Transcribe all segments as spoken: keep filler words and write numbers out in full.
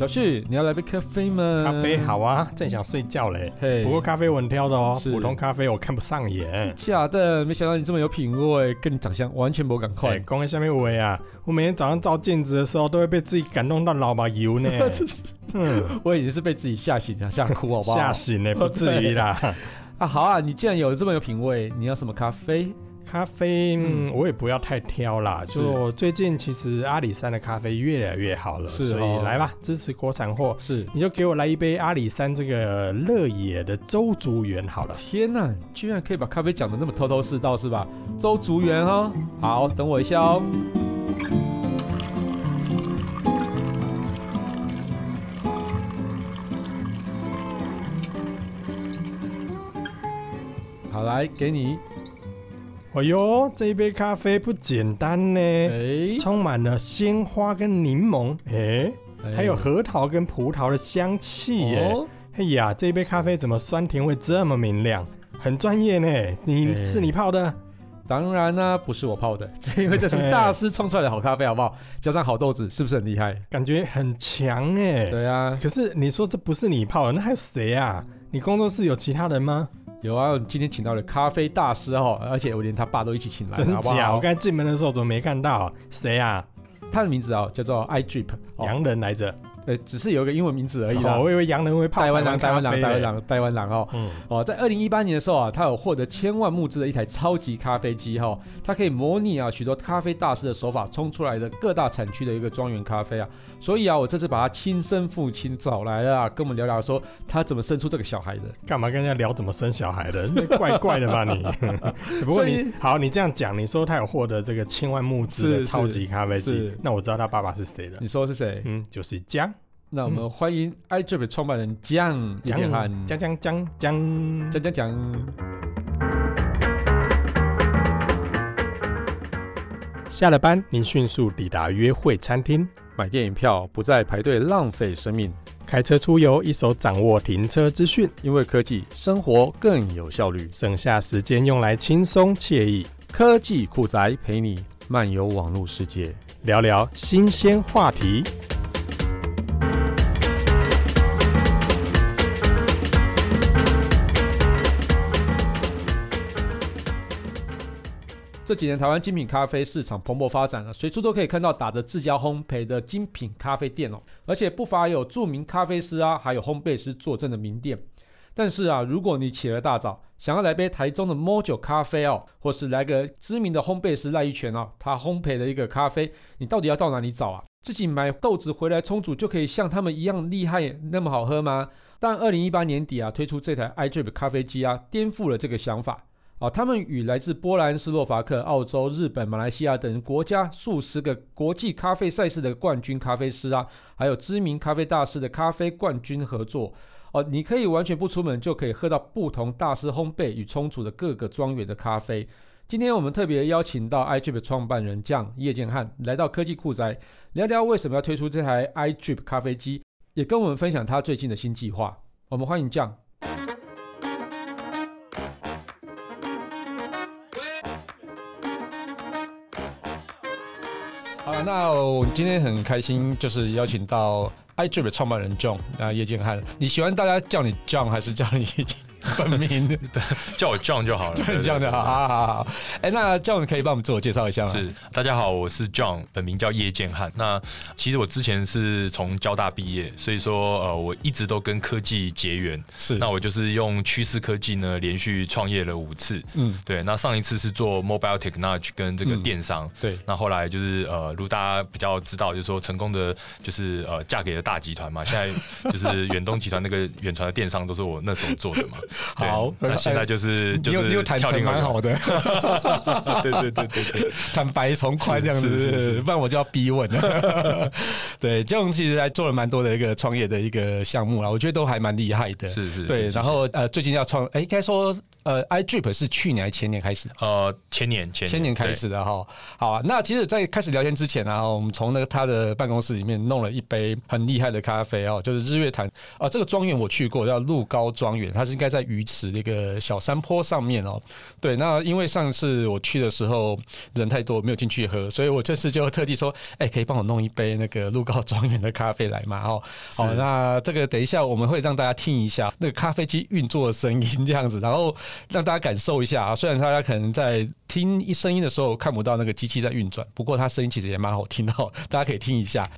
小旭，你要来杯咖啡吗？ 咖啡好啊，正想睡觉嘞。 嘿， 不过咖啡我很挑的哦，普通咖啡我看不上眼。 假的，没想到你这么有品味，跟你长相完全不赶快。 讲在下面位啊，我每天早上照镜子的时候，都会被自己感动到老把油呢。 嗯，我已经是被自己吓醒了，吓哭好不好？ 吓醒了，不至于啦。 啊，好啊，你既然有这么有品味，你要什么咖啡？ 咖啡、嗯嗯，我也不要太挑啦。就最近其实阿里山的咖啡越来越好了， 是、哦， 所以来吧，支持国产货。 是， 你就给我来一杯阿里山这个乐野的周竹园好了。 天哪，居然可以把咖啡讲得那么头头是道是吧？周竹园哦，好，等我一下哦。好，来给你。 哎呦，这一杯咖啡不简单呢，欸、充满了鲜花跟柠檬，哎、欸，还有核桃跟葡萄的香气耶。哦、哎呀，这一杯咖啡怎么酸甜味这么明亮？很专业呢，你、欸、是你泡的？ 当然啦、啊，不是我泡的，因为这是大师冲出来的好咖啡，好不好？加上好豆子，是不是很厉害？ 感觉很强哎。 对啊， 可是你说这不是你泡的，那还有谁啊？你工作室有其他人吗？ 有啊，我今天请到了咖啡大师哦，而且我连他爸都一起请来了， 真假？ 好不好？ 我刚才进门的时候怎么没看到？谁啊？ 他的名字哦叫做 iDrip， 洋人来着。 呃，只是有一个英文名字而已啦。 哦、我以为洋人会泡台湾台湾人，台湾人，台湾人哦。嗯、哦，在二零一八年的时候啊，他有获得千万募资的一台超级咖啡机哈、哦，它可以模拟啊许多咖啡大师的手法冲出来的各大产区的一个庄园咖啡啊。所以啊，我这次把他亲生父亲找来了、啊，跟我们聊聊说他怎么生出这个小孩的。 干嘛跟人家聊怎么生小孩的？怪怪的吧你？不过你好，你这样讲，你说他有获得这个千万募资的超级咖啡机，那我知道他爸爸是谁了。 你说是谁？ 嗯，就是江。 那我们欢迎 iDrip 创办人江叶建汉， 江江江江江江江。 下了班，您迅速抵达约会餐厅， 买电影票不再排队浪费生命， 开车出游一手掌握停车资讯， 因为科技生活更有效率， 省下时间用来轻松惬意。 科技酷宅陪你漫游网络世界， 聊聊新鲜话题。 这几年台湾精品咖啡市场蓬勃发展了，随处都可以看到打着自家烘焙的精品咖啡店哦，而且不乏有著名咖啡师啊，还有烘焙师坐镇的名店。但是啊，如果你起了大早，想要来杯台中的 Mojo 咖啡哦，或是来个知名的烘焙师赖一全哦，他烘焙的一个咖啡，你到底要到哪里找啊？自己买豆子回来冲煮就可以像他们一样厉害那么好喝吗？但二零一八年底啊，推出这台 iDrip 咖啡机啊，颠覆了这个想法。哦、他们与来自波兰、斯洛伐克、澳洲、日本、马来西亚等国家数十个国际咖啡赛事的冠军咖啡师啊，还有知名咖啡大师的咖啡冠军合作。哦，你可以完全不出门就可以喝到不同大师烘焙与冲煮的各个庄园的咖啡。今天我们特别邀请到 iDrip 创办人江叶建汉来到科技酷宅，聊聊为什么要推出这台 iDrip 咖啡机，也跟我们分享他最近的新计划。我们欢迎江。好了，那我今天很开心，就是邀请到 iDrip 的创办人 John 啊叶建汉。你喜欢大家叫你 John 还是叫你本名？ 叫我 John 就好了， 叫你 John 就好。好好好。哎、欸，那 John 可以帮我们自我介绍一下吗？ 是，大家好，我是 John， 本名叫叶建汉。那其实我之前是从交大毕业，所以说呃，我一直都跟科技结缘。 是， 那我就是用趋势科技呢，连续创业了五次。嗯，对。那上一次是做 Mobile Technology 跟这个电商。嗯、 对。 那后来就是呃，如大家比较知道，就是说成功的就是呃，嫁给了大集团嘛。现在就是远东集团那个远传的电商都是我那时候做的嘛。 好， 那现在就是就是你有坦诚蛮好的， 对对对对对， 坦白从宽这样子，是是是是，不然我就要逼问了。对，这种其实还做了蛮多的一个创业的一个项目啦，我觉得都还蛮厉害的。 是是， 对，然后呃，最近要创，哎，应该说呃 iDrip 是去年还是前年开始的？ 呃，前年前年前年开始的哈。好啊，那其实，在开始聊天之前啊，我们从那个他的办公室里面弄了一杯很厉害的咖啡哦，就是日月潭啊、呃，这个庄园我去过，叫鹿高庄园，它是应该在在鱼池那个小山坡上面哦。对，那因为上次我去的时候人太多，没有进去喝，所以我这次就特地说，哎、欸，可以帮我弄一杯那个鹿告庄园的咖啡来嘛？哦，好，那这个等一下我们会让大家听一下那个咖啡机运作的声音这样子，然后让大家感受一下啊。虽然大家可能在听声音的时候看不到那个机器在运转，不过它声音其实也蛮好听到，大家可以听一下。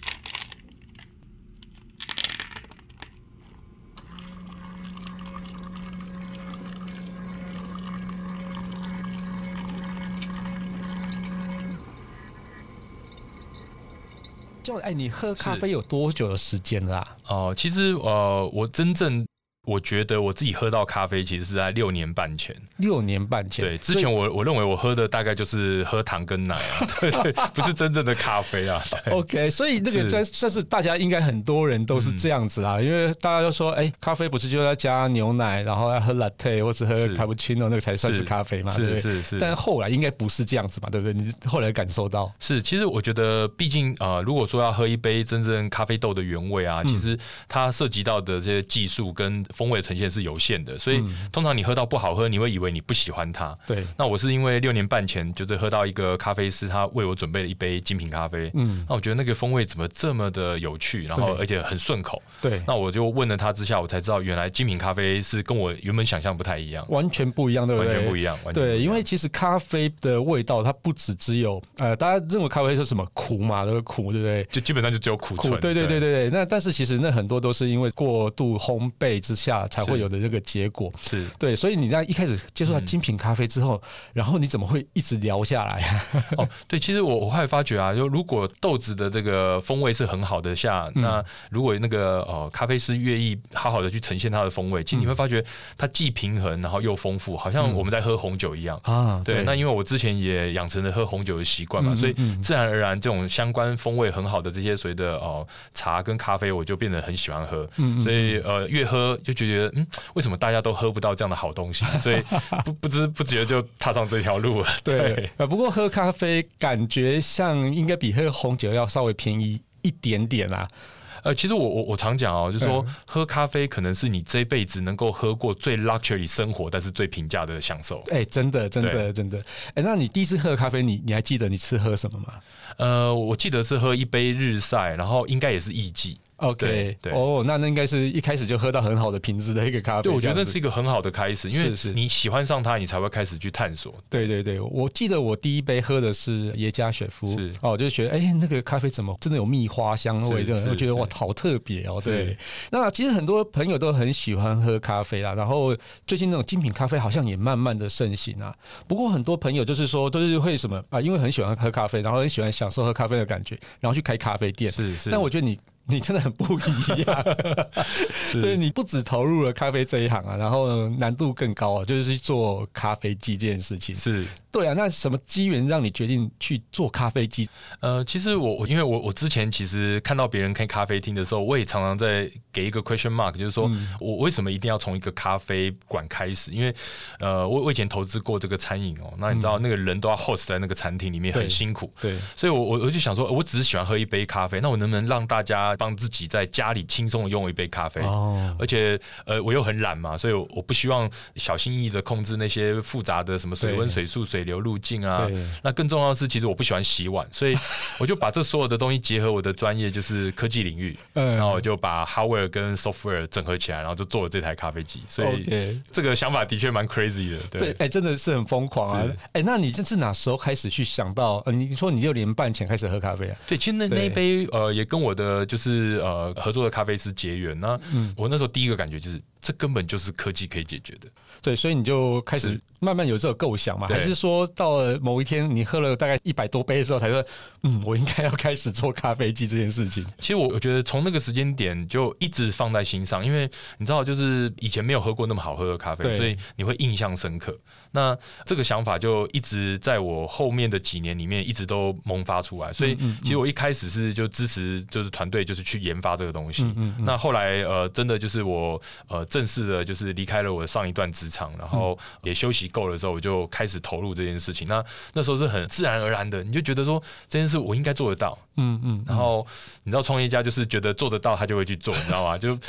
就哎，你喝咖啡有多久的时间了啊？ 哦、呃，其实呃，我真正我觉得我自己喝到咖啡，其实是在六年半前。 六年半前， 对，之前我我认为我喝的大概就是喝糖跟奶啊，对对，不是真正的咖啡啊。 OK， 所以那个算算是大家应该很多人都是这样子啦，嗯、因为大家都说，哎、欸，咖啡不是就要加牛奶，然后要喝 latte 或是喝 cappuccino 那个才算是咖啡嘛，对不对？ 是是是。 但后来应该不是这样子嘛，对不对？你后来感受到是，其实我觉得，毕竟呃，如果说要喝一杯真正咖啡豆的原味啊，嗯、其实它涉及到的这些技术跟风味呈现是有限的，所以、嗯、通常你喝到不好喝，你会以为你不喜欢它。 对， 那我是因为六年半前就是喝到一个咖啡师他为我准备了一杯精品咖啡，嗯，那我觉得那个风味怎么这么的有趣，然后而且很顺口， 对， 那我就问了他之下，我才知道原来精品咖啡是跟我原本想象不太一样， 完全不一样，对不对？ 完全不一样，完全不一样。 对，因为其实咖啡的味道它不只只有呃，大家认为咖啡是什么苦嘛，都是苦，对不对？ 就基本上就只有苦醇， 对对对对对。那但是其实那很多都是因为过度烘焙之下才会有的这个结果， 是对，所以你在一开始接触到精品咖啡之后，嗯、然后你怎么会一直聊下来？ 哦，对，其实我我后来发觉啊，就如果豆子的这个风味是很好的下，嗯、那如果那个呃咖啡师愿意好好的去呈现它的风味，其实你会发觉它既平衡，然后又丰富，好像我们在喝红酒一样啊。对，对那因为我之前也养成了喝红酒的习惯嘛，嗯嗯嗯所以自然而然这种相关风味很好的这些所谓的哦、呃、茶跟咖啡，我就变得很喜欢喝。嗯嗯嗯所以呃越喝就觉得嗯，为什么大家都喝不到这样的好东西？所以不不知不觉就踏上这条路了。 对，呃，不过喝咖啡感觉像应该比喝红酒要稍微便宜一点点啦、啊。 呃，其实我我我常讲哦，就是说喝咖啡可能是你这辈子能够喝过最 luxury 生活，但是最平价的享受。 哎、欸，真的真的真的。哎、欸，那你第一次喝咖啡，你你还记得你是喝什么吗？ 呃，我记得是喝一杯日晒，然后应该也是艺妓。 OK， 对，哦，那那应该是一开始就喝到很好的品质的一个咖啡。 对，我觉得那是一个很好的开始，因为你喜欢上它，你才会开始去探索。 对对对，我记得我第一杯喝的是耶加雪夫， 是哦，就觉得哎、欸，那个咖啡怎么真的有蜜花香味的，我觉得哇，好特别哦。对，那其实很多朋友都很喜欢喝咖啡啦，然后最近那种精品咖啡好像也慢慢的盛行啊。不过很多朋友就是说，都是会什么啊，因为很喜欢喝咖啡，然后很喜欢享受喝咖啡的感觉，然后去开咖啡店。 是是， 但我觉得你。你真的很不一样，对，你不只投入了咖啡这一行啊，然后难度更高啊，就是去做咖啡机这件事情。 是， 对啊，那什么机缘让你决定去做咖啡机？ 呃，其实我因为我我之前其实看到别人开咖啡厅的时候，我也常常在给一个 question mark， 就是说、嗯、我为什么一定要从一个咖啡馆开始？因为呃，我我以前投资过这个餐饮哦，那你知道那个人都要 host 在那个餐厅里面很辛苦， 对，对所以我我我就想说，我只是喜欢喝一杯咖啡，那我能不能让大家帮自己在家里轻松的用一杯咖啡，哦、而且呃我又很懒嘛，所以我不希望小心翼翼的控制那些复杂的什么水温、水速、水流路径啊。那更重要的是，其实我不喜欢洗碗，所以我就把这所有的东西结合我的专业，就是科技领域，然后我就把 hardware 跟 software 整合起来，然后就做了这台咖啡机。所以这个想法的确蛮 crazy 的。对， 哎、欸，真的是很疯狂啊！哎、欸，那你这是哪时候开始去想到？呃，你说你六年半前开始喝咖啡啊？ 对，其实那那一杯呃也跟我的就是呃。合作的咖啡师结缘，那我那时候第一个感觉就是，这根本就是科技可以解决的。 对，所以你就开始慢慢有这个构想嘛？还是说到了某一天，你喝了大概一百多杯之后，才说，嗯，我应该要开始做咖啡机这件事情？ 其实我我觉得从那个时间点就一直放在心上，因为你知道，就是以前没有喝过那么好喝的咖啡，所以你会印象深刻。那这个想法就一直在我后面的几年里面一直都萌发出来。所以其实我一开始是就支持就是团队就是去研发这个东西。嗯嗯嗯那后来呃真的就是我呃正式的就是离开了我的上一段职场，然后也休息够了之后，我就开始投入这件事情。那那时候是很自然而然的，你就觉得说这件事我应该做得到。嗯嗯。然后你知道创业家就是觉得做得到他就会去做，你知道吗？就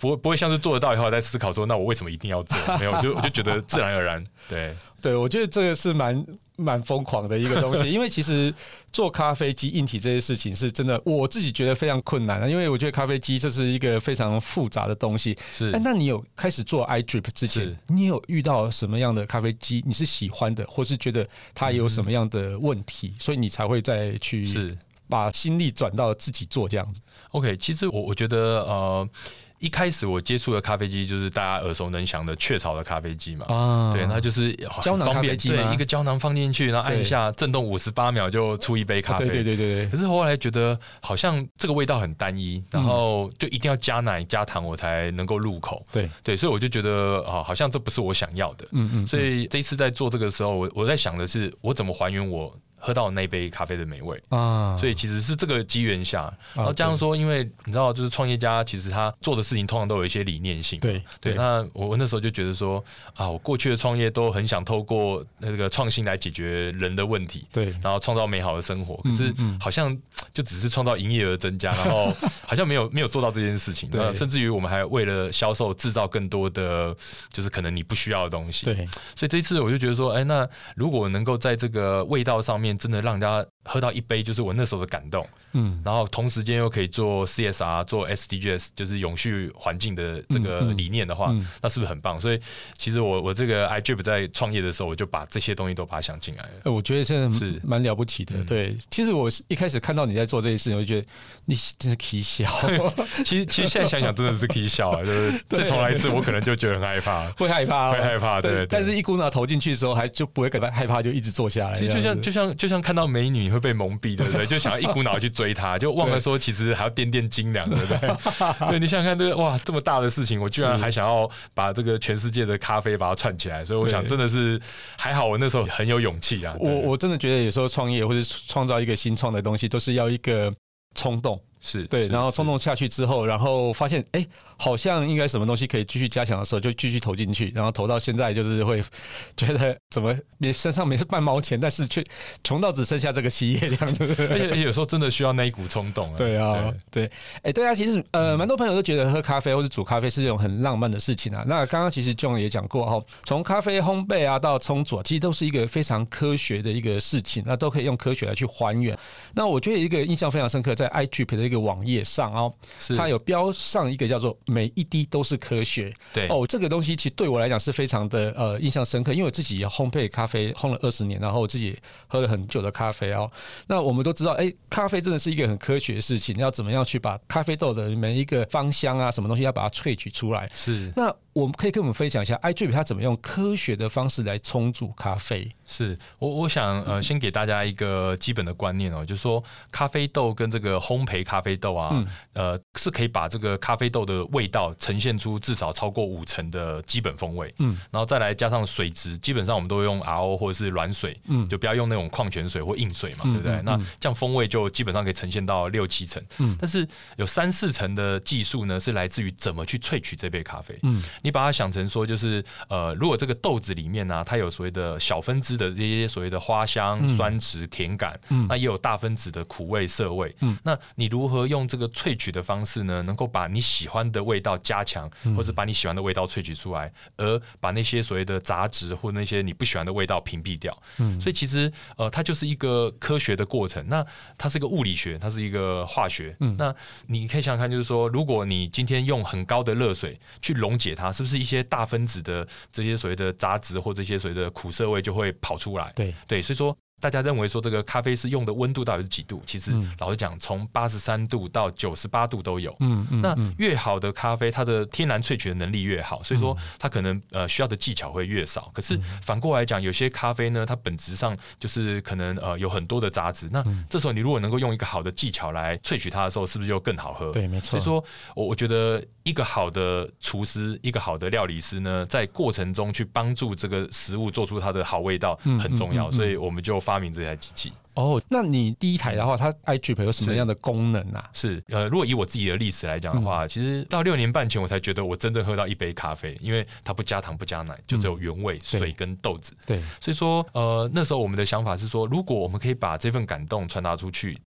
不会不会像是做得到以后再思考说，那我为什么一定要做？没有，我就我就觉得自然而然。对对，我觉得这个是蛮蛮疯狂的一个东西，因为其实做咖啡机硬体这些事情是真的，我自己觉得非常困难的，因为我觉得咖啡机这是一个非常复杂的东西。 是， 那你有开始做 iDrip 之前，你有遇到什么样的咖啡机你是喜欢的，或是觉得它有什么样的问题，嗯、所以你才会再去是把心力转到自己做这样子 ？OK， 其实我我觉得呃。一开始我接触的咖啡机就是大家耳熟能详的雀巢的咖啡机嘛，啊、对，它就是胶囊咖啡机， 对，一个胶囊放进去，然后按一下震动五十八秒就出一杯咖啡， 对对对对对。 可是后来觉得好像这个味道很单一，然后就一定要加奶加糖我才能够入口， 对对，所以我就觉得啊，好像这不是我想要的，嗯嗯。所以这一次在做这个的时候，我我在想的是，我怎么还原我喝到那杯咖啡的美味啊，所以其实是这个机缘下，然后加上说，因为你知道，就是创业家其实他做的事情通常都有一些理念性， 对对。那我那时候就觉得说啊，我过去的创业都很想透过那个创新来解决人的问题， 对， 然后创造美好的生活，可是好像就只是创造营业额增加，然后好像没有没有做到这件事情，对，甚至于我们还为了销售制造更多的就是可能你不需要的东西， 对。 所以这一次我就觉得说，哎，那如果能够在这个味道上面真的让人家喝到一杯，就是我那时候的感动，嗯，然后同时间又可以做 C S R 做 S D Gs， 就是永续环境的这个理念的话，嗯嗯、那是不是很棒？所以其实我我这个 iDrip 在创业的时候，我就把这些东西都把它想进来了。 我觉得真的是蛮了不起的。嗯、对，其实我一开始看到你在做这些事情，我就觉得你真是可以笑。 其实其实现在想想真的是可以笑啊，就是再重来一次，我可能就觉得很害怕， 会害怕、哦， 会害怕，对。对但是一股脑投进去的时候，还就不会感到害怕，就一直做下来。 其实就像就像就像看到美女会被蒙蔽，对不对？就想要一股脑去追她，就忘了说其实还要掂掂斤两，对不对？对，你想想看，这个哇这么大的事情，我居然还想要把这个全世界的咖啡把它串起来，所以我想真的是还好，我那时候很有勇气啊。 我我真的觉得有时候创业或者创造一个新创的东西，都是要一个冲动。 是对，然后冲动下去之后，然后发现哎、欸，好像应该什么东西可以继续加强的时候，就继续投进去，然后投到现在就是会觉得怎么你身上没是半毛钱，但是却穷到只剩下这个企业这样子， 而且有时候真的需要那一股冲动、啊。 对啊，对，哎、欸，对啊，其实呃，蛮多朋友都觉得喝咖啡或是煮咖啡是一种很浪漫的事情啊。那刚刚其实 John 也讲过哈，从咖啡烘焙啊到冲煮，其实都是一个非常科学的一个事情，那都可以用科学来去还原。那我觉得一个印象非常深刻，在 iDrip 的一个网页上哦，它有标上一个叫做每一滴都是科学。 对哦，这个东西其实对我来讲是非常的呃印象深刻，因为我自己也烘焙咖啡烘了二十年，然后我自己喝了很久的咖啡哦。那我们都知道，哎、欸，咖啡真的是一个很科学的事情，要怎么样去把咖啡豆的每一个芳香啊，什么东西要把它萃取出来。 是。 那我们可以跟我们分享一下 iDrip 它怎么用科学的方式来冲煮咖啡。 是我我想呃先给大家一个基本的观念哦，就是说咖啡豆跟这个烘焙咖啡豆啊，嗯、呃是可以把这个咖啡豆的味道呈现出至少超过五成的基本风味，嗯，然后再来加上水质，基本上我们都会用 R O 或者是软水，嗯，就不要用那种矿泉水或硬水嘛，嗯、对不对？嗯、那这样风味就基本上可以呈现到六七成，嗯，但是有三四成的技术呢是来自于怎么去萃取这杯咖啡，嗯，你把它想成说就是呃，如果这个豆子里面呢、啊，它有所谓的小分支的这些所谓的花香、嗯、酸质、甜感，嗯，那也有大分子的苦味、涩味，嗯，那你如何用这个萃取的方式呢，能够把你喜欢的味道加强，嗯、或者把你喜欢的味道萃取出来，而把那些所谓的杂质或那些你不喜欢的味道屏蔽掉，嗯，所以其实呃，它就是一个科学的过程。那它是一个物理学，它是一个化学，嗯，那你可以想想看，就是说，如果你今天用很高的热水去溶解它，是不是一些大分子的这些所谓的杂质或这些所谓的苦涩味就会跑出来？ 对对，所以说大家认为说这个咖啡是用的温度到底是几度？其实老实讲，从八十三度到九十八度都有。嗯嗯，那越好的咖啡，它的天然萃取的能力越好，所以说它可能呃需要的技巧会越少。可是反过来讲，有些咖啡呢，它本质上就是可能呃有很多的杂质。那这时候你如果能够用一个好的技巧来萃取它的时候，是不是就更好喝？ 对，没错。 所以说我我觉得一个好的厨师，一个好的料理师呢，在过程中去帮助这个食物做出它的好味道很重要，所以我们就发明这台机器。 哦，那你第一台的话，它 iDrip 有什么样的功能啊？ 是呃，如果以我自己的历史来讲的话，嗯、其实到六年半前我才觉得我真正喝到一杯咖啡，因为它不加糖不加奶，就只有原味、嗯、水跟豆子。 对， 所以说呃那时候我们的想法是说，如果我们可以把这份感动传达出去。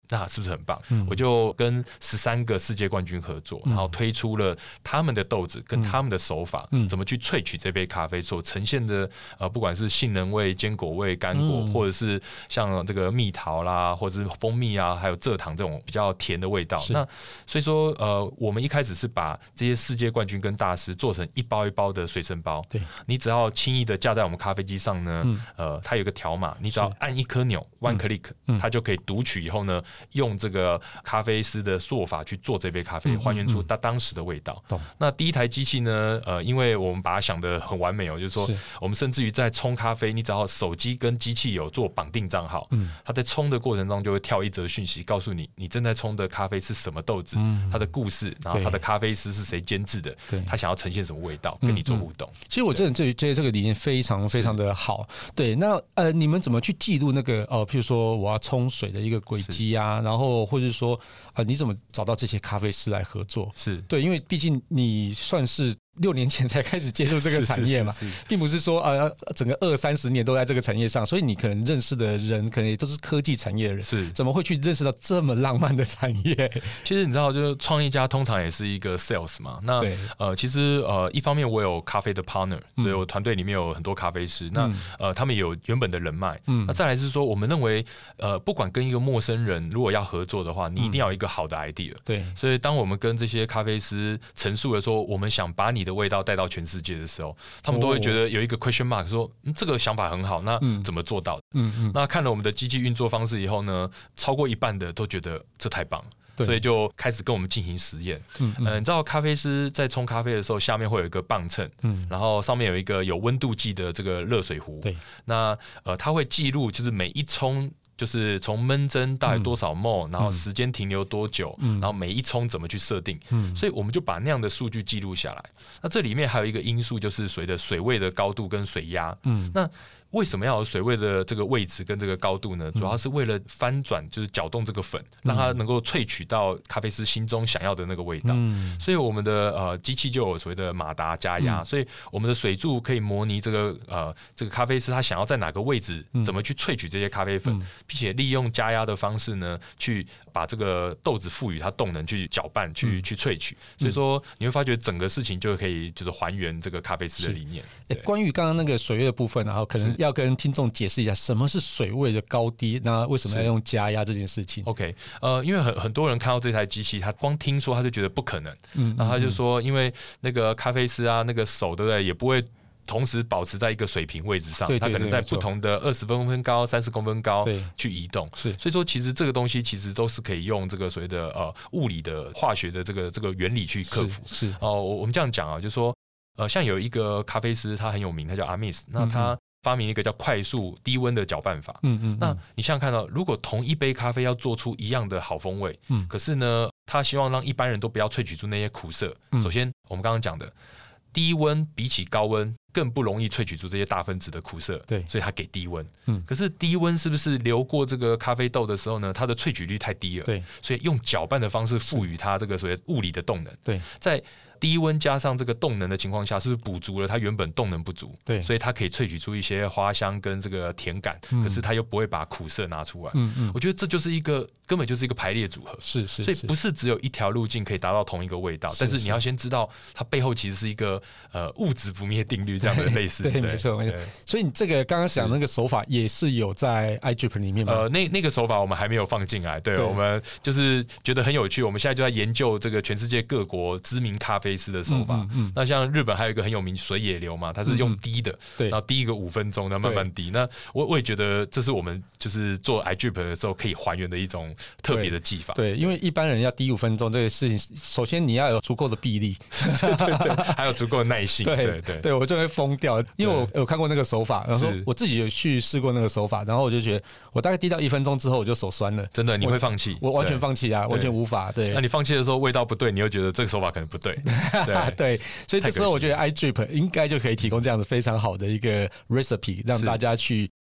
那是不是很棒？嗯、我就跟十三个世界冠军合作，然后推出了他们的豆子跟他们的手法，嗯、怎么去萃取这杯咖啡所呈现的呃，不管是杏仁味、坚果味、干果，嗯、或者是像这个蜜桃啦，或者是蜂蜜啊，还有蔗糖这种比较甜的味道。那所以说，呃，我们一开始是把这些世界冠军跟大师做成一包一包的随身包，对，你只要轻易的架在我们咖啡机上呢，嗯、呃，它有一个条码，你只要按一颗钮 ，one click，嗯、它就可以读取以后呢。用这个咖啡师的做法去做这杯咖啡，还原出它当时的味道。嗯嗯、那第一台机器呢？呃，因为我们把它想得很完美哦，就是说，是我们甚至于在冲咖啡，你只要手机跟机器有做绑定账号，嗯、它在冲的过程中就会跳一则讯息，告诉你你正在冲的咖啡是什么豆子，嗯、它的故事，然后它的咖啡师是谁监制的，他想要呈现什么味道，跟你做互动。嗯嗯、 其实我真的觉得这个理念非常非常的好。对，那呃，你们怎么去记录那个呃，譬如说我要冲水的一个轨迹啊？然后或者说，呃，你怎么找到这些咖啡师来合作？是对，因为毕竟你算是六年前才开始接触这个产业嘛，是是是是并不是说呃整个二三十年都在这个产业上，所以你可能认识的人可能也都是科技产业的人，是怎么会去认识到这么浪漫的产业？ 其实你知道，就是创业家通常也是一个 sales 嘛。那呃，其实呃，一方面我有咖啡的 partner， 所以我团队里面有很多咖啡师，嗯、那呃，他们有原本的人脉。嗯、那再来是说，我们认为呃，不管跟一个陌生人如果要合作的话，你一定要有一个好的 idea。对，所以当我们跟这些咖啡师陈述了说，我们想把你的味道带到全世界的时候，他们都会觉得有一个 question mark， 说、嗯、这个想法很好，那怎么做到的？嗯嗯、那看了我们的机器运作方式以后呢，超过一半的都觉得这太棒了。所以就开始跟我们进行实验。嗯嗯、呃，你知道咖啡师在冲咖啡的时候，下面会有一个磅秤，嗯，然后上面有一个有温度计的这个热水壶。对，那呃，它会记录就是每一冲。就是从闷蒸到底多少 ml，、嗯、然后时间停留多久，嗯、然后每一冲怎么去设定，嗯、所以我们就把那样的数据记录下来。那这里面还有一个因素，就是所谓的水位的高度跟水压。嗯、那为什么要有水位的这个位置跟这个高度呢？主要是为了翻转，就是搅动这个粉，让它能够萃取到咖啡师心中想要的那个味道。嗯、所以我们的呃机器就有所谓的马达加压，嗯、所以我们的水柱可以模拟这个呃这个咖啡师他想要在哪个位置，怎么去萃取这些咖啡粉，嗯、并且利用加压的方式呢，去把这个豆子赋予它动能，去搅拌，去、嗯、去萃取。所以说你会发觉整个事情就可以就是还原这个咖啡师的理念。 欸、关于刚刚那个水位的部分，然后可能要跟听众解释一下什么是水位的高低，那为什么要用加压这件事情 ？OK， 呃，因为很很多人看到这台机器，他光听说他就觉得不可能，嗯，然后他就说，因为那个咖啡师啊，那个手对不对，也不会同时保持在一个水平位置上，对对对，他可能在不同的二十公分高、三十公分高去移动，是，所以说其实这个东西其实都是可以用这个所谓的呃物理的化学的这个这个原理去克服，是哦、呃，我们这样讲啊，就是说呃，像有一个咖啡师，他很有名，他叫阿密斯，那他发明一个叫快速低温的搅拌法。嗯嗯，那你想想看到，如果同一杯咖啡要做出一样的好风味，嗯，可是呢，他希望让一般人都不要萃取出那些苦涩。嗯、首先，我们刚刚讲的低温比起高温更不容易萃取出这些大分子的苦涩，对，所以他给低温。嗯，可是低温是不是流过这个咖啡豆的时候呢，它的萃取率太低了，对，所以用搅拌的方式赋予它这个所谓物理的动能，对，在低温加上这个动能的情况下，是不是补足了它原本动能不足？对，所以它可以萃取出一些花香跟这个甜感，嗯、可是它又不会把苦涩拿出来。嗯嗯，我觉得这就是一个根本就是一个排列组合，是是，所以不是只有一条路径可以达到同一个味道，是是，但是你要先知道它背后其实是一个呃物质不灭定律这样的类似。 对，对没错没错。所以你这个刚刚讲那个手法也是有在 iDrip 里面吗？ 呃，那那个手法我们还没有放进来，对，对我们就是觉得很有趣，我们现在就在研究这个全世界各国知名咖啡师的手法。嗯嗯、那像日本还有一个很有名水野流嘛，它是用滴的，嗯、对，然后滴一个五分钟，然后慢慢滴。那我我也觉得这是我们就是做 iDrip 的时候可以还原的一种特别的技法。 对，对因为一般人要滴五分钟这个事情，首先你要有足够的臂力， 对对对，还有足够的耐性。对对 对, 对，我就会疯掉，因为我有看过那个手法，然后我自己有去试过那个手法，然后我就觉得我大概滴到一分钟之后我就手酸了。 真的，你会放弃？ 我完全放弃啊，完全无法。对， 那你放弃的时候味道不对，你又觉得这个手法可能不对。 对对。所以这时候我觉得 iDrip 应该就可以提供这样子非常好的一个 recipe， 让大家去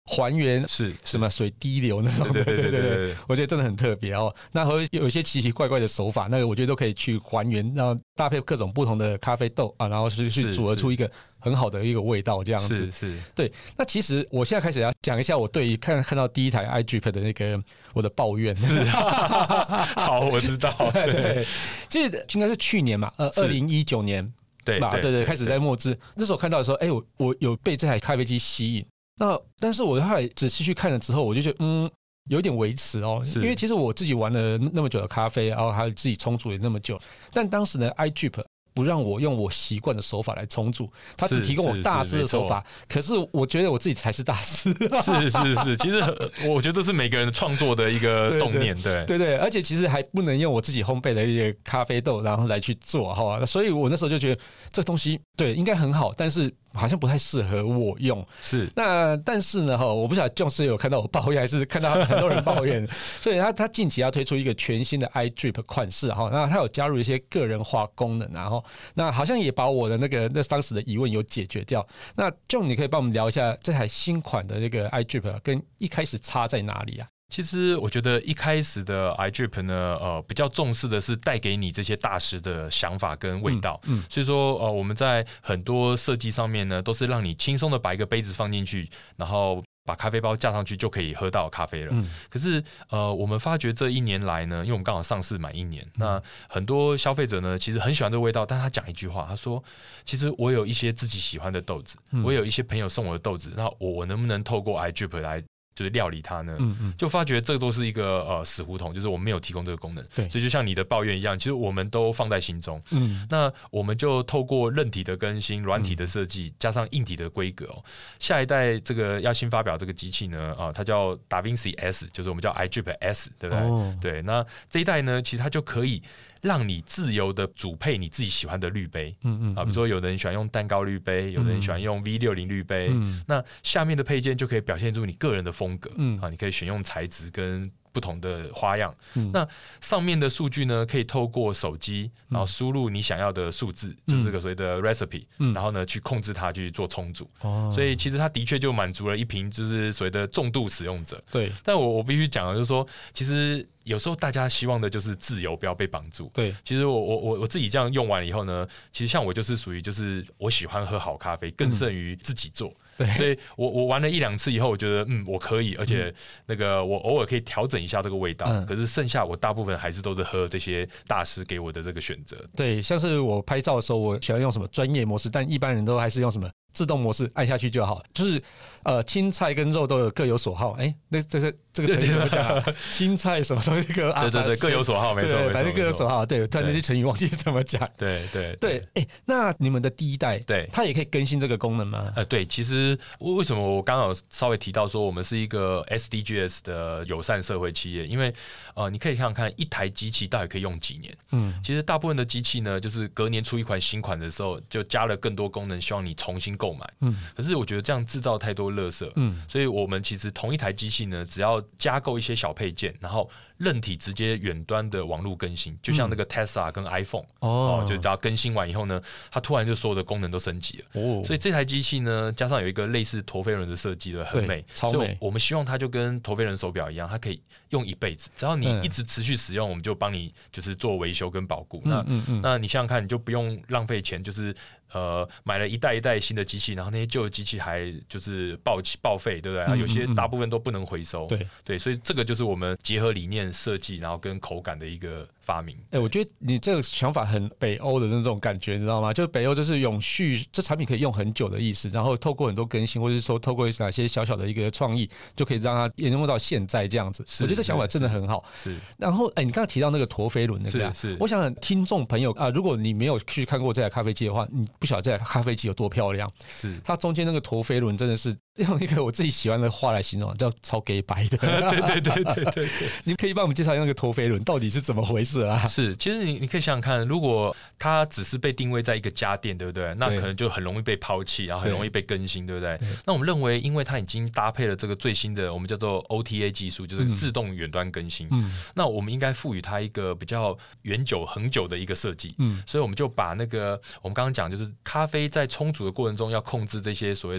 还原是什么水滴流那种， 对对对对 对, 对， 我觉得真的很特别哦。那会有一些奇奇怪怪的手法，那个我觉得都可以去还原，然后搭配各种不同的咖啡豆啊，然后去去组合出一个很好的一个味道，这样子。 是是， 对。那其实我现在开始要讲一下我对于看看到第一台 iDrip 的那个我的抱怨。 是，好，我知道。对， 对，其实应该是去年嘛，呃，二零一九年。 对吧，对 对, 对，开始在墨制。那时候看到的时候，哎、欸，我我有被这台咖啡机吸引。那但是我后来仔细去看了之后，我就觉得，嗯，有点维持哦，因为其实我自己玩了那么久的咖啡，然后还有自己冲煮也那么久，但当时呢 iDrip 不让我用我习惯的手法来冲煮，他只提供我大师的手法，可是我觉得我自己才是大师。 是是是，其实我觉得这是每个人创作的一个动念，对对 对, 对，而且其实还不能用我自己烘焙的一些咖啡豆，然后来去做哈，所以我那时候就觉得这东西对应该很好，但是好像不太适合我用。 是， 那但是呢，哈，我不晓得John是有看到我抱怨，还是看到很多人抱怨，所以他他近期要推出一个全新的 iDrip 款式哈，那他有加入一些个人化功能，然后那好像也把我的那个那当时的疑问有解决掉。那John，你可以帮我们聊一下这台新款的那个 iDrip 跟一开始差在哪里啊？ 其实我觉得一开始的 iDrip 呢，呃，比较重视的是带给你这些大师的想法跟味道，嗯，嗯所以说呃，我们在很多设计上面呢，都是让你轻松的把一个杯子放进去，然后把咖啡包架上去就可以喝到咖啡了。嗯、可是呃，我们发觉这一年来呢，因为我们刚好上市满一年，嗯、那很多消费者呢，其实很喜欢这个味道，但他讲一句话，他说：“其实我有一些自己喜欢的豆子，嗯、我有一些朋友送我的豆子，那我我能不能透过 iDrip 来？”就是料理它呢，嗯嗯就发觉这都是一个呃死胡同，就是我们没有提供这个功能，对，所以就像你的抱怨一样，其实我们都放在心中，嗯，那我们就透过韧体的更新、软体的设计，嗯、加上硬体的规格哦，下一代这个要新发表这个机器呢，啊、呃，它叫 DaVinci S， 就是我们叫 iDrip S， 对不对？哦、对，那这一代呢，其实它就可以让你自由的组配你自己喜欢的滤杯，嗯嗯啊，比如说有的人喜欢用蛋糕滤杯，有的人喜欢用 V 六十 滤杯，嗯、那下面的配件就可以表现出你个人的风格，嗯啊，你可以选用材质跟不同的花样，嗯、那上面的数据呢，可以透过手机，然后输入你想要的数字，嗯、就是这个所谓的 recipe，嗯、然后呢去控制它去做冲煮，哦、所以其实它的确就满足了一瓶就是所谓的重度使用者。对，但我我必须讲的就是说，其实有时候大家希望的就是自由，不要被绑住。对，其实我我我我自己这样用完以后呢，其实像我就是属于就是我喜欢喝好咖啡，更胜于自己做。嗯对，所以我我玩了一两次以后，我觉得嗯我可以，而且那个我偶尔可以调整一下这个味道。嗯、可是剩下我大部分还是都是喝这些大师给我的这个选择。 对，像是我拍照的时候，我喜欢用什么专业模式，但一般人都还是用什么自动模式，按下去就好。就是呃，青菜跟肉都有各有所好。哎、欸，那这个这个成语怎么讲、啊？青菜什么东西各啊？ 对对对，各有所好，没错， 反正各有所好。对，突然那些成语忘记怎么讲。 对对对，哎、欸，那你们的第一代，对，它也可以更新这个功能吗？ 呃，对，其实为什么我刚刚有稍微提到说我们是一个 S D G S 的友善社会企业？因为呃，你可以想想看，一台机器到底可以用几年？嗯，其实大部分的机器呢，就是隔年出一款新款的时候，就加了更多功能，希望你重新购买。嗯，可是我觉得这样制造太多垃圾。嗯，所以我们其实同一台机器呢，只要加购一些小配件，然后韧体直接远端的网络更新，就像那个 Tesla 跟 iPhone，嗯、哦，就只要更新完以后呢，它突然就所有的功能都升级了。哦，所以这台机器呢，加上有一个类似陀飞轮的设计的，很美，超美。所以我们希望它就跟陀飞轮手表一样，它可以用一辈子，只要你一直持续使用，我们就帮你就是做维修跟保固。嗯、那嗯嗯那你想想看，你就不用浪费钱，就是呃买了一代一代新的机器，然后那些旧的机器还就是报报废，对不对？嗯嗯嗯有些大部分都不能回收。对对，所以这个就是我们结合理念设计，然后跟口感的一个发明。 哎、欸，我觉得你这个想法很北欧的那种感觉，你知道吗？就北欧就是永续，这产品可以用很久的意思，然后透过很多更新，或者是说透过哪些小小的一个创意，就可以让它沿用到现在这样子。我觉得这想法真的很好。是。然后，哎、欸，你刚才提到那个陀飞轮那个、啊，是是。我想听众朋友啊，如果你没有去看过这台咖啡机的话，你不晓得这台咖啡机有多漂亮。是。它中间那个陀飞轮真的是用一个我自己喜欢的话来形容，叫超 gay 白的。 对对对对对对。 你可以帮我们介绍那个陀飞轮到底是怎么回事啊？ 是，其实你你可以想想看，如果它只是被定位在一个家电，对不对？那可能就很容易被抛弃，然后很容易被更新，对不对？那我们认为，因为它已经搭配了这个最新的我们叫做 O T A 技术，就是自动远端更新。嗯，那我们应该赋予它一个比较远久恒久的一个设计。嗯，所以我们就把那个我们刚刚讲，就是咖啡在冲煮的过程中要控制这些所谓的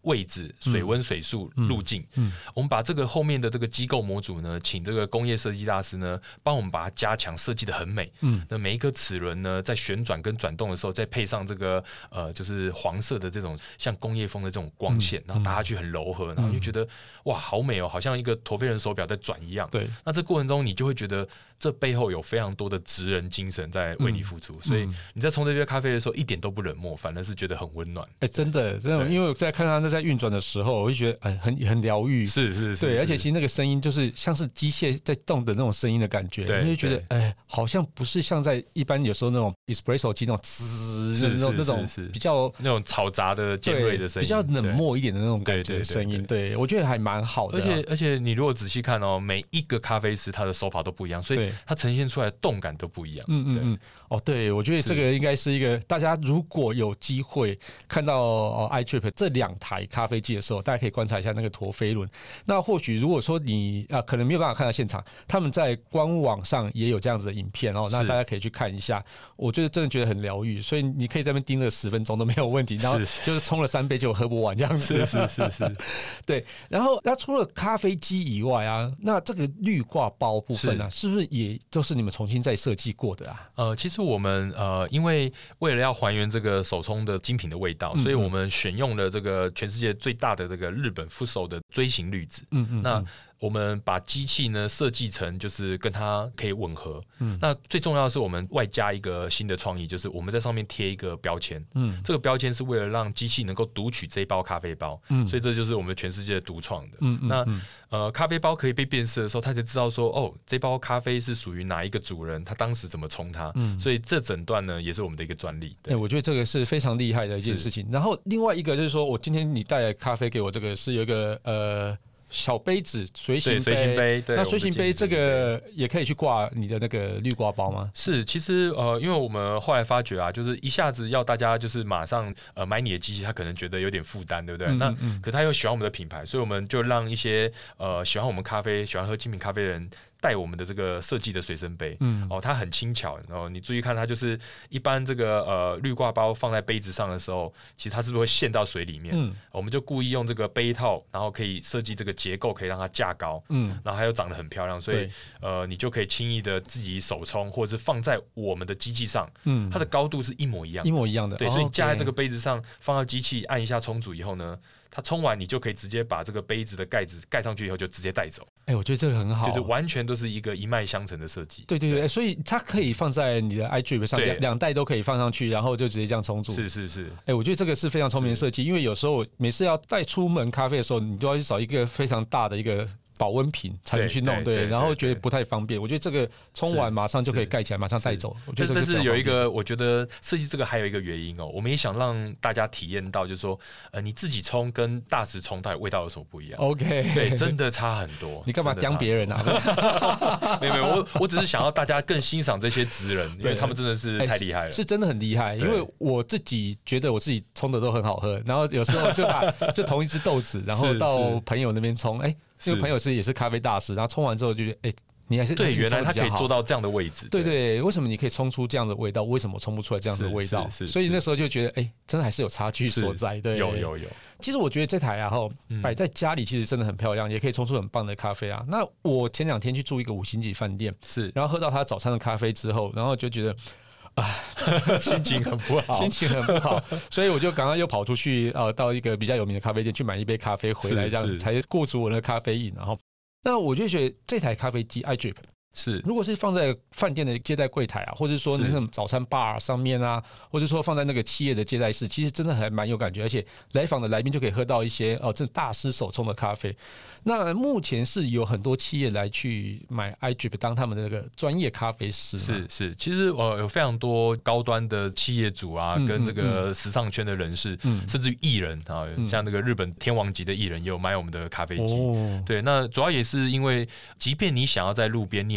位置、水温、水速、路径、嗯嗯。我们把这个后面的这个机构模组呢，请这个工业设计大师呢，帮我们把它加强，设计得很美。嗯，那每一颗齿轮呢，在旋转跟转动的时候，再配上这个呃，就是黄色的这种像工业风的这种光线，嗯、然后打下去很柔和，然后就觉得、嗯、哇，好美哦，好像一个陀飞轮手表在转一样。对，那这过程中你就会觉得这背后有非常多的职人精神在为你付出，嗯、所以你在冲这杯咖啡的时候一点都不冷漠，反而是觉得很温暖。 哎、欸，真的，真的，因为我在看它那在运转的时候，我就觉得哎、欸，很很疗愈。 是是是， 对，而且其实那个声音就是像是机械在动的那种声音的感觉，你就觉得哎、欸，好像不是像在一般有时候那种 espresso 机那种滋那种那种比较那种嘈杂的尖锐的声音， 比较冷漠一点的那种感觉的声音。对，我觉得还蛮好的、啊。 而且而且你如果仔细看哦，每一个咖啡师他的手法都不一样，所以它呈现出来的动感都不一样。 嗯嗯嗯。哦，对，我觉得这个应该是一个大家如果有机会看到、哦、iDrip 这两台咖啡机的时候，大家可以观察一下那个陀飞轮。那或许如果说你啊可能没有办法看到现场，他们在官网上也有这样子的影片哦，那大家可以去看一下。我觉得真的觉得很疗愈，所以你可以在那边盯了十分钟都没有问题，然后就是冲了三杯就喝不完这样子。 是是是是， 对。然后那除了咖啡机以外啊，那这个滤挂包部分啊，是不是也都是你们重新再设计过的啊？ 呃，其实我们呃，因为为了要还原这个手冲的精品的味道，嗯嗯，所以我们选用了这个全世界最大的这个日本Fuso的锥形滤纸。嗯嗯，那我们把机器呢设计成就是跟它可以吻合。嗯，那最重要的是我们外加一个新的创意，就是我们在上面贴一个标签。嗯，这个标签是为了让机器能够读取这一包咖啡包。嗯，所以这就是我们全世界独创的。嗯嗯，那呃，咖啡包可以被辨识的时候，它才知道说哦，这包咖啡是属于哪一个主人，他当时怎么冲它。嗯，所以这整段呢也是我们的一个专利。 对，欸、我觉得这个是非常厉害的一件事情。然后另外一个就是说我今天你带来咖啡给我，这个是有一个呃。小杯子随行杯， 随行杯，对， 那随行杯这个也可以去挂你的那个滤挂包吗？ 是，其实呃，因为我们后来发觉啊，就是一下子要大家就是马上呃买你的机器，他可能觉得有点负担，对不对？嗯嗯嗯，那可他又喜欢我们的品牌，所以我们就让一些呃喜欢我们咖啡、喜欢喝精品咖啡的人。带我们的这个设计的随身杯，嗯，哦，它很轻巧，然后你注意看，它就是一般这个呃滤挂包放在杯子上的时候，其实它是不是会陷到水里面？嗯，我们就故意用这个杯套，然后可以设计这个结构，可以让它架高，嗯，然后还有长得很漂亮，所以呃，你就可以轻易的自己手冲，或者是放在我们的机器上，嗯，它的高度是一模一样的， 一模一样的， 对，所以你架在这个杯子上，放到机器按一下冲煮以后呢。它冲完，你就可以直接把这个杯子的盖子盖上去以后，就直接带走。 哎、欸，我觉得这个很好， 就是完全都是一个一脉相承的设计。 对对 对, 對，所以它可以放在你的 iDrip 上，两袋都可以放上去，然后就直接这样冲煮。 是是是。 哎、欸，我觉得这个是非常聪明的设计，因为有时候每次要带出门咖啡的时候，你都要去找一个非常大的一个。保温瓶才能去弄， 对, 對, 對, 對，然后觉得不太方便。我觉得这个冲完马上就可以盖起来，马上带走。我觉得这但是有一个，我觉得设计这个还有一个原因哦，我们也想让大家体验到，就是说，呃，你自己冲跟大师冲，到底味道有什么不一样 ？OK， 对，真的差很多。 你干嘛刁别人啊？没有没有，我我只是想要大家更欣赏这些职人，因为他们真的是太厉害了、 欸是，是真的很厉害。因为我自己觉得我自己冲的都很好喝，然后有时候就把就同一支豆子，然后到朋友那边冲，哎。因为朋友是也是咖啡大师，然后冲完之后就觉得，哎、欸，你还是对，原来他可以做到这样的位置。 对 对, 对，为什么你可以冲出这样的味道？为什么我冲不出来这样的味道？所以那时候就觉得，哎、欸，真的还是有差距所在。对， 有有有。 其实我觉得这台啊，哈，摆在家里其实真的很漂亮，也可以冲出很棒的咖啡啊。那我前两天去住一个五星级饭店，是，然后喝到他早餐的咖啡之后，然后就觉得。啊， 心情很不好， 心情很不好，所以我就赶快又跑出去，呃，到一个比较有名的咖啡店去买一杯咖啡回来，这样才过足我的咖啡瘾。然后，那我就觉得这台咖啡机 iDrip 是，如果是放在饭店的接待柜台啊，或者说那种早餐 bar 上面啊，或者说放在那个企业的接待室，其实真的还蛮有感觉，而且来访的来宾就可以喝到一些哦，这大师手冲的咖啡。那目前是有很多企业来去买 iDrip 当他们的那个专业咖啡师， 是是，其实呃有非常多高端的企业主啊，嗯、跟这个时尚圈的人士，嗯、甚至于艺人啊，嗯、像那个日本天王级的艺人也有买我们的咖啡机。哦、对，那主要也是因为，即便你想要在路边，你也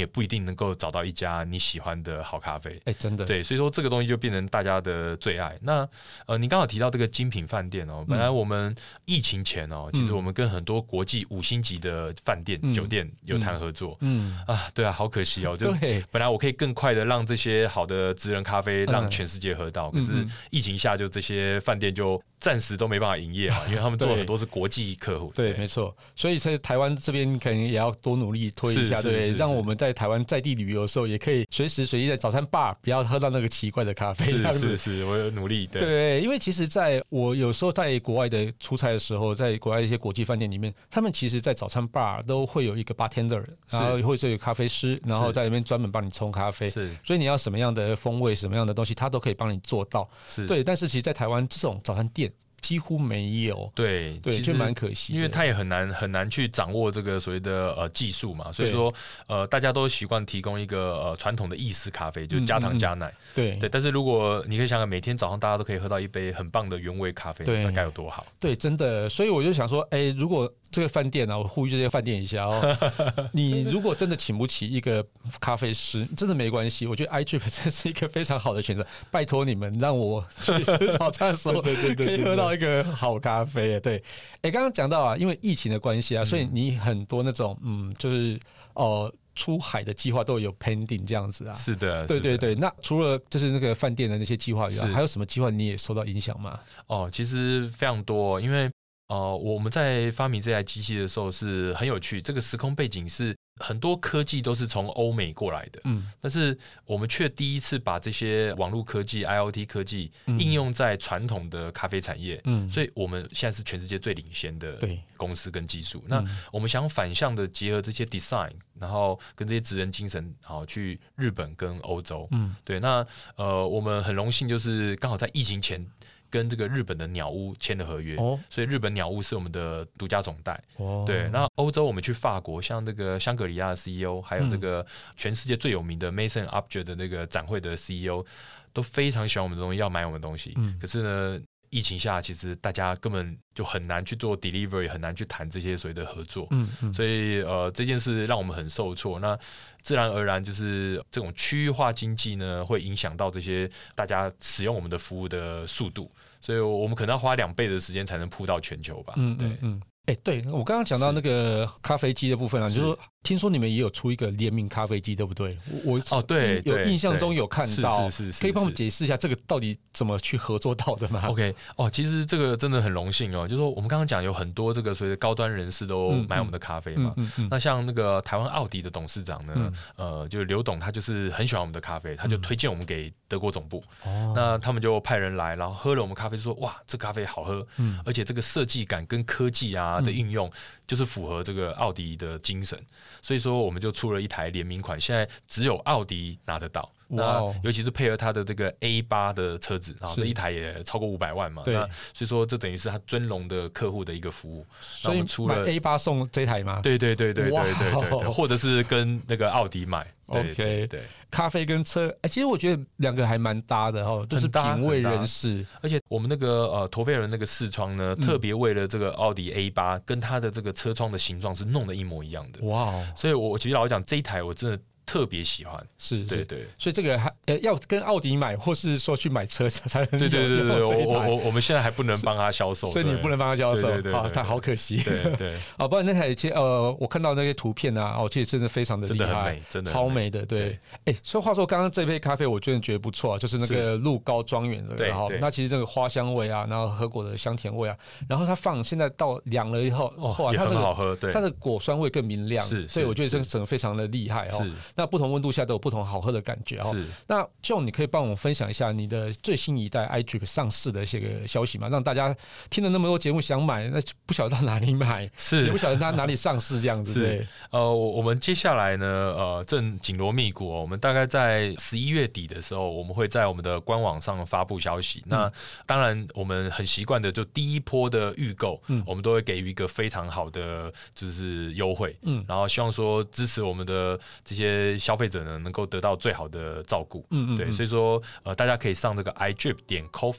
也不一定能够找到一家你喜欢的好咖啡。 哎、欸，真的， 对，所以说这个东西就变成大家的最爱。那呃，你刚好提到这个精品饭店哦，本来我们疫情前哦，嗯、其实我们跟很多国际五星级的饭店、嗯、酒店有谈合作。嗯啊，对啊，好可惜哦，就本来我可以更快的让这些好的职人咖啡让全世界喝到，嗯、可是疫情下就这些饭店就暂时都没办法营业嘛，因为他们做很多是国际客户。 对，没错。所以在台湾这边可能也要多努力推一下，对不对？让我们在台湾在地旅游的时候，也可以随时随地在早餐 bar 不要喝到那个奇怪的咖啡。 是是是，我有努力。对, 对，因为其实在我有时候在国外的出差的时候，在国外一些国际饭店里面，他们其实在早餐 bar 都会有一个 bartender， 然后会是有咖啡师，然后在那边专门帮你冲咖啡。 是， 所以你要什么样的风味、什么样的东西，他都可以帮你做到。 是， 对。但是其实，在台湾这种早餐店几乎没有， 对对，就蛮可惜的， 因为他也很难很难去掌握这个所谓的呃技术嘛，所以说呃大家都习惯提供一个呃传统的意式咖啡，就是加糖加奶， 嗯嗯对对。但是如果你可以想想，每天早上大家都可以喝到一杯很棒的原味咖啡，那该有多好？ 对，真的。所以我就想说，哎、欸，如果这个饭店啊，我呼吁这些饭店一下哦，你如果真的请不起一个咖啡师，真的没关系，我觉得 iDrip 真是一个非常好的选择。拜托你们，让我去吃早餐的时候可以喝到一个好咖啡。对，哎，刚刚讲到啊，因为疫情的关系啊，所以你很多那种嗯，就是哦。出海的计划都有 pending 这样子啊， 是的， 对对对。那除了就是那个饭店的那些计划以外，还有什么计划你也受到影响吗？ 哦，其实非常多，因为呃我们在发明这台机器的时候是很有趣，这个时空背景是很多科技都是从欧美过来的，嗯，但是我们却第一次把这些网络科技、I O T 科技应用在传统的咖啡产业，嗯，所以我们现在是全世界最领先的公司跟技术。那我们想反向的结合这些 design， 然后跟这些职人精神，好去日本跟欧洲，嗯，对。那呃，我们很荣幸就是刚好在疫情前。跟这个日本的鸟屋签了合约，哦、所以日本鸟屋是我们的独家总代。哦、对，那欧洲我们去法国，像这个香格里拉的 C E O， 还有这个全世界最有名的 Maison Objet 的那个展会的 C E O， 都非常喜欢我们的东西，要买我们的东西。嗯、可是呢，疫情下其实大家根本就很难去做 delivery， 很难去谈这些所谓的合作。嗯嗯、所以呃这件事让我们很受挫。那自然而然就是这种区域化经济呢，会影响到这些大家使用我们的服务的速度，所以我们可能要花两倍的时间才能铺到全球吧。嗯，对，嗯， 哎、欸，对我刚刚讲到那个咖啡机的部分啊，就是说听说你们也有出一个联名咖啡机，对不对？我哦，对， 有印象中有看到， 是是 是, 是， 可以帮我们解释一下这个到底怎么去合作到的吗 ？OK， 哦，其实这个真的很荣幸哦，就是说我们刚刚讲有很多这个所谓的高端人士都买我们的咖啡嘛，嗯嗯嗯嗯、那像那个台湾奥迪的董事长呢，嗯、呃，就刘董他就是很喜欢我们的咖啡，他就推荐我们给德国总部，嗯、那他们就派人来，然后喝了我们咖啡，说哇，这咖啡好喝，嗯、而且这个设计感跟科技啊的应用。就是符合这个奥迪的精神，所以说我们就出了一台联名款，现在只有奥迪拿得到。那尤其是配合它的这个 A 八 的车子，然后这一台也超过五百万嘛，那所以说这等于是他尊荣的客户的一个服务。 所以出了 A 八 送这台吗？ 对对对对对对 对, 對，或者是跟那个奥迪买。对 OK， 对, 對， 咖啡跟车，哎、欸，其实我觉得两个还蛮搭的哦，就是品味人士。 而且我们那个呃陀飞轮那个视窗呢，嗯、特别为了这个奥迪 A 八，跟它的这个车窗的形状是弄得一模一样的。哇、哦！所以我其实老实讲，这一台我真的。特别喜欢， 是， 对对， 所以这个还、呃、要跟奥迪买，或是说去买车才能对对对对，我我我们现在还不能帮他销售， 所以你不能帮他销售， 对对对， 啊，他好可惜， 对对， 啊，不然那台其实呃，我看到那些图片啊，哦，其实真的非常的厉害， 真的很美，真的超美的，对，哎，所以话说刚刚这杯咖啡，我真的觉得不错，就是那个鹿高庄园的，哈，那其实这个花香味啊，然后核果的香甜味啊，然后它放现在到凉了以后， 哇，也很好喝，对， 它的果酸味更明亮， 是， 所以我觉得这个整个非常的厉害哦，那不同温度下都有不同好喝的感觉哦。 是， 那 John， 你可以帮我们分享一下你的最新一代 iDrip 上市的一些个消息吗？让大家听了那么多节目想买，那不晓得到哪里买， 是， 也不晓得它哪里上市这样子。 是，呃，我们接下来呢，呃，正紧锣密鼓、哦，我们大概在十一月底的时候，我们会在我们的官网上发布消息。嗯、那当然，我们很习惯的，就第一波的预购，嗯、我们都会给予一个非常好的就是优惠，嗯，然后希望说支持我们的这些消费者呢，能够得到最好的照顾，嗯嗯，对，所以说呃，大家可以上这个 iDrip 点 coffee。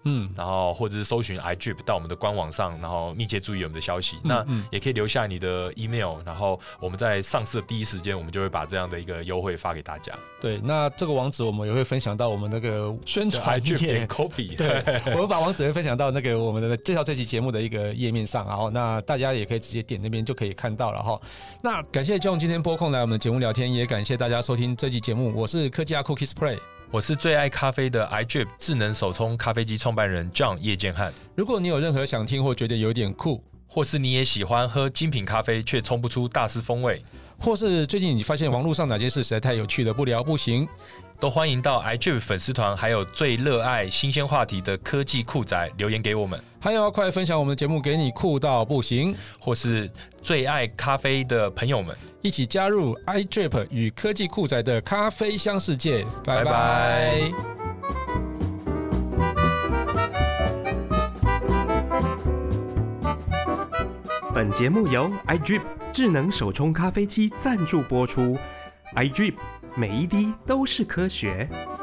嗯，然后或者是搜寻 iDrip 到我们的官网上，然后密切注意我们的消息。嗯、那也可以留下你的 email， 然后我们在上市的第一时间，我们就会把这样的一个优惠发给大家。 对，那这个网址我们也会分享到我们那个宣传页 iDrip 点 coffee。 对，我们把网址会分享到那个我们的介绍这期节目的一个页面上，然后那大家也可以直接点那边就可以看到了哈。那感谢 John 今天拨空来我们的节目聊天，也感谢大家收听这期节目。我是科技阿 Cookies Play， 我是最爱咖啡的 iDrip 智能手冲咖啡机创办人 John 叶建汉。 如果你有任何想听或觉得有点酷， 或是你也喜欢喝精品咖啡却冲不出大师风味， 或是最近你发现网络上哪件事实在太有趣了不聊不行， 都欢迎到 iDrip 粉丝团还有最热爱新鲜话题的科技酷宅留言给我们。 还有要快分享我们的节目给你酷到不行， 或是最爱咖啡的朋友们， 一起加入 iDrip 与科技酷宅的咖啡香世界。拜拜。 本节目由 iDrip 智能手冲咖啡机赞助播出。iDrip 每一滴都是科学。